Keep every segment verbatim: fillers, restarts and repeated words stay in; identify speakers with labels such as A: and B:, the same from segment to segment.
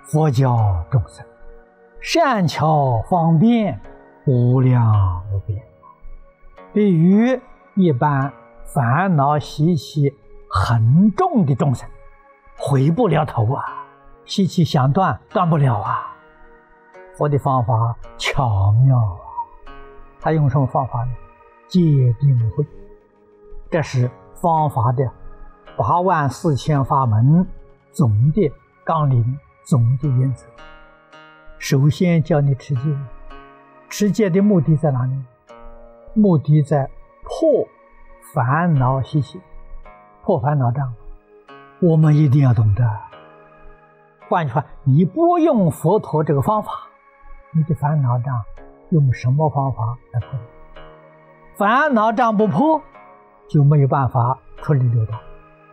A: 佛教众生，善巧方便，无量无边，对于一般烦恼习气很重的众生，回不了头啊，习气想断断不了啊。佛的方法巧妙啊，他用什么方法呢？戒定慧，这是方法的八万四千法门总的纲领，总的原则。首先教你持戒，持戒的目的在哪里？目的在破烦恼习气，破烦恼障。我们一定要懂得。换句话，你不用佛陀这个方法，你的烦恼障用什么方法来破？烦恼障不破，就没有办法出离六道。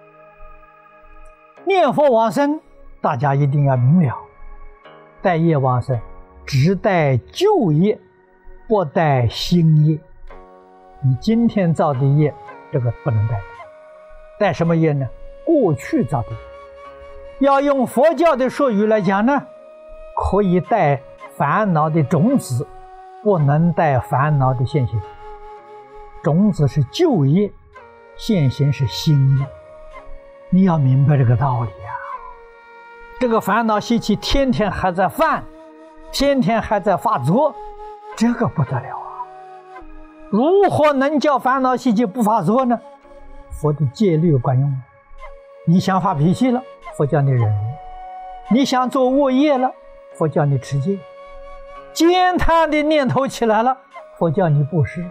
A: 念佛往生，大家一定要明了，带业往生，只带旧业，不带新业。你今天造的业，这个不能带。带什么业呢？过去造的业。要用佛教的术语来讲呢，可以带烦恼的种子，不能带烦恼的现行。种子是旧业，现行是新业。你要明白这个道理啊！这个烦恼习气天天还在犯，天天还在发作，这个不得了啊！如何能叫烦恼习气不发作呢？佛的戒律管用。你想发脾气了，佛教你忍辱；你想做恶业了，佛教你持戒；奸贪的念头起来了，佛教你布施。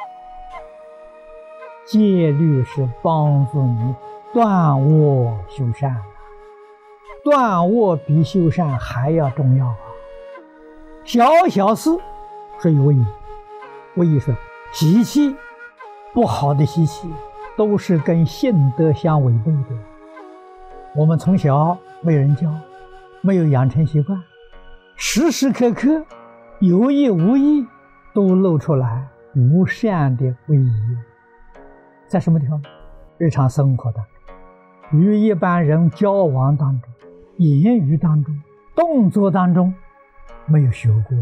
A: 戒律是帮助你断恶修善，断恶比修善还要重要啊！小小事所以为义，为义说习气不好的习气都是跟性德相违背的。我们从小没有人教，没有养成习惯，时时刻刻有意无意都露出来无善的威仪。在什么地方？日常生活当中，与一般人交往当中，言语当中，动作当中，没有学过。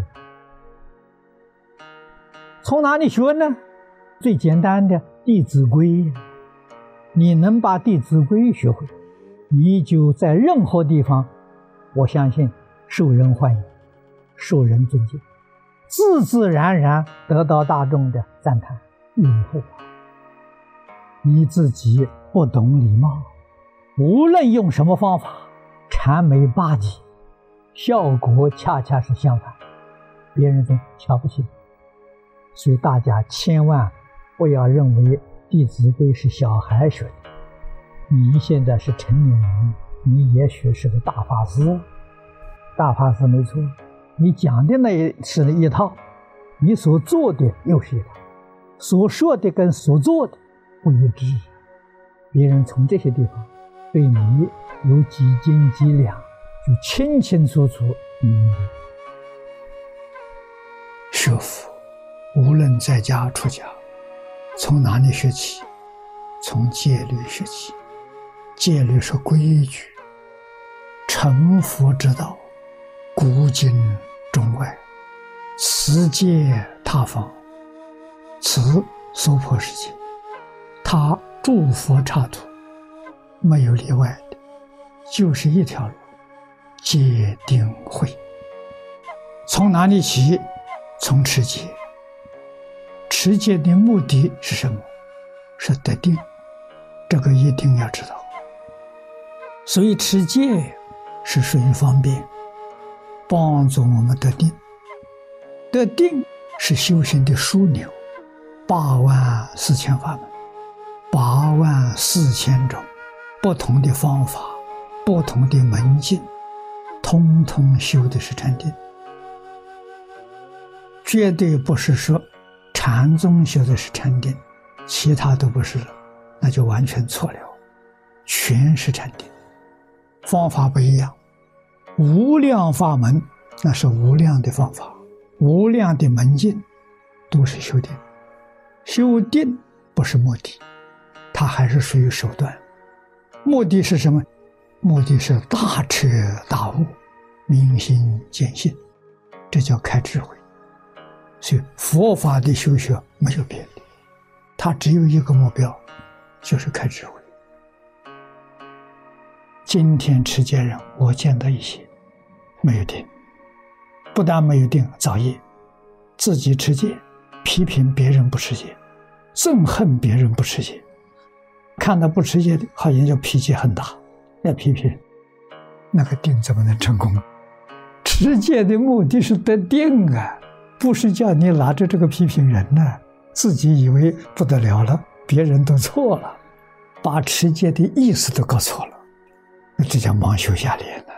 A: 从哪里学呢？最简单的《弟子规》，你能把《弟子规》学会，你就在任何地方，我相信受人欢迎，受人尊敬，自自然然得到大众的赞叹拥护。你自己不懂礼貌，无论用什么方法谄媚巴结，效果恰恰是相反，别人都瞧不起你。所以大家千万不要认为《弟子规》是小孩学的，你现在是成年人，你也许是个大法师，大法师没错，你讲的那是一套，你所做的又是一套，所说的跟所做的不一致，别人从这些地方对你有几斤几两，就清清楚楚明白。
B: 学佛无论在家出家，从哪里学起？从戒律学起。戒律是规矩，成佛之道，古今中外，此戒他方，此娑婆世界，他诸佛刹土，没有例外的，就是一条路，戒定慧。从哪里起？从持戒。持戒的目的是什么？是得定，这个一定要知道。所以持戒是属于方便，帮助我们得定。得定是修行的枢纽，八万四千法门，八万四千种不同的方法，不同的门径，通通修的是禅定。绝对不是说禅宗修的是禅定，其他都不是了，那就完全错了，全是禅定。方法不一样，无量法门那是无量的方法，无量的门径，都是修定。修定不是目的，它还是属于手段。目的是什么？目的是大彻大悟， 明心见性，这叫开智慧。所以佛法的修学没有别的，它只有一个目标，就是开智慧。今天持戒人，我见到一些没有定，不但没有定，造业，自己持戒，批评别人不持戒，憎恨别人不持戒，看到不持戒的，好像就脾气很大，要批评，那个定怎么能成功？持戒的目的是得定啊，不是叫你拿着这个批评人呢、啊，自己以为不得了了，别人都错了，把持戒的意思都搞错了，这叫盲修瞎练呢。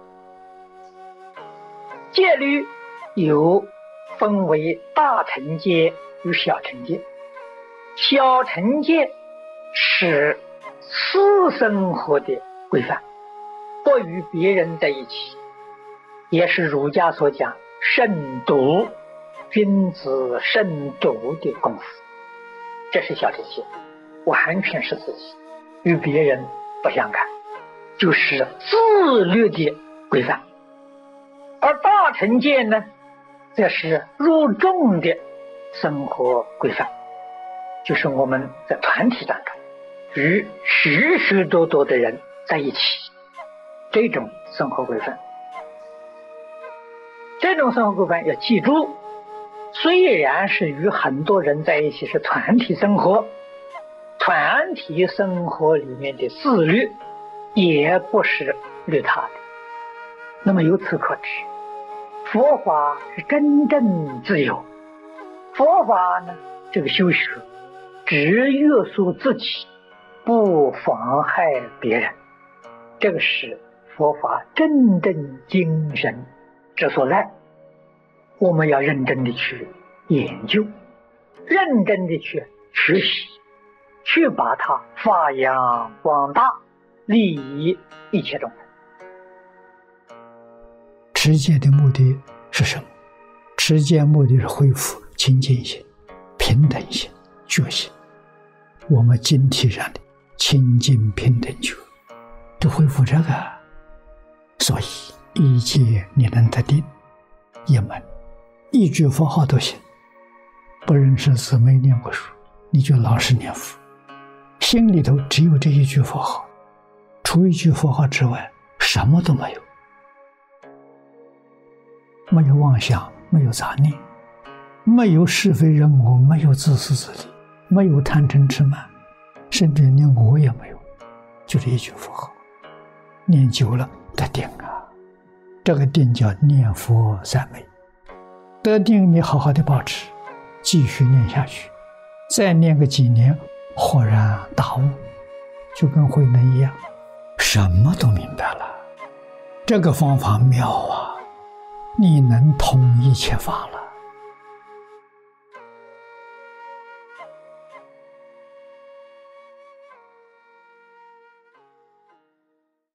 C: 戒律有分为大乘戒与小乘戒。小乘戒是私生活的规范，不与别人在一起，也是儒家所讲慎独，君子慎独的公司。这是小乘戒，完全是自己，与别人不相干，就是自律的规范。而大乘戒呢，这是入众的生活规范，就是我们在团体当中与许许多多的人在一起，这种生活规范。这种生活规范要记住，虽然是与很多人在一起，是团体生活，团体生活里面的自律也不是利他的。那么由此可知，佛法是真正自由。佛法呢，这个修学只约束自己，不妨害别人，这个是佛法真正精神之所在。我们要认真的去研究，认真的去学习，去把它发扬光大，利益一切众生。
B: 持戒的目的是什么？持戒目的是恢复清净心、平等心、觉心。我们今天上的清净平等觉，就恢复这个。所以一戒你能得定，一门一句佛号都行。不认识字没念过书，你就老实念佛，心里头只有这一句佛号，除一句佛号之外什么都没有。没有妄想，没有杂念，没有是非人我，没有自私自利，没有贪嗔痴慢，甚至连我也没有，就这一句佛号，念久了得定啊。这个定叫念佛三昧。得定你好好的保持，继续念下去，再念个几年，豁然大悟，就跟慧能一样，什么都明白了。这个方法妙啊，你能通一切法了。